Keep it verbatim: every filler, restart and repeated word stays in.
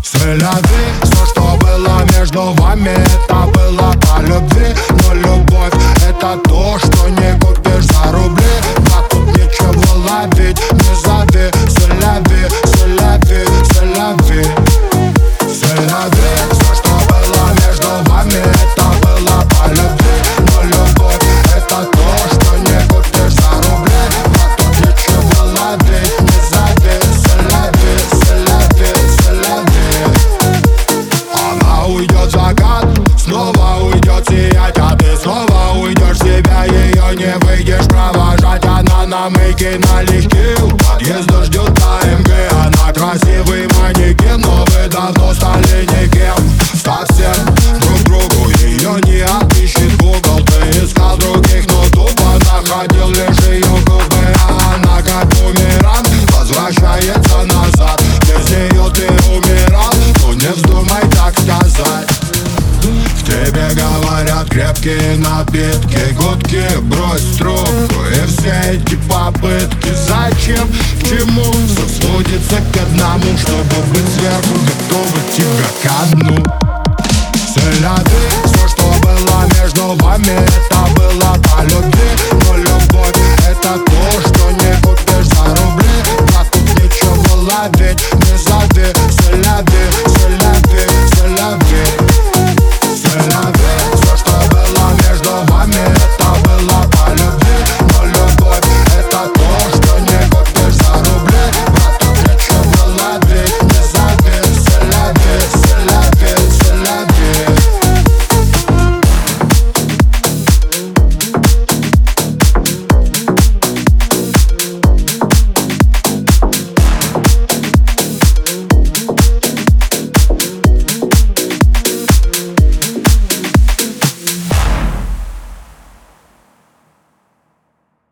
Соляви, все, что было между вами, это было по любви. Но любовь — это то, что не купишь за рубли. Да тут нечего ловить, не зови. Соляви, соляви, соляви. Соляви, все, что было между вами, это было по любви. Но любовь — это то, что не купишь за рубли. Да тут нечего ловить, не зови. Соляви, соляви, соляви. Она уйдет в закат, снова уйдет сиять, а ты снова уйдешь в себя. Ее не выйдешь провожать, она на мейке налегке. У подъезда ждет АМГ, она красивый манекен, но вы давно стали никем. Совсем друг другу ее не отыщет Google. Ты искал других, но тупо находил лишь ее губы. А она как бумеранг возвращается назад. Без нее ты умирал, но не вздумай так сказать. В тебе говорят крепкие напитки, гудки, брось трубку. И все эти попытки зачем, к чему? Все сводится к одному, чтобы быть сверху готовы тебя ко дну. Соляви, все, что было между вами, это было по любви. Но любовь — это то, что не купишь за рубли. Да тут нечего ловить, не зови. Соляви, соляви.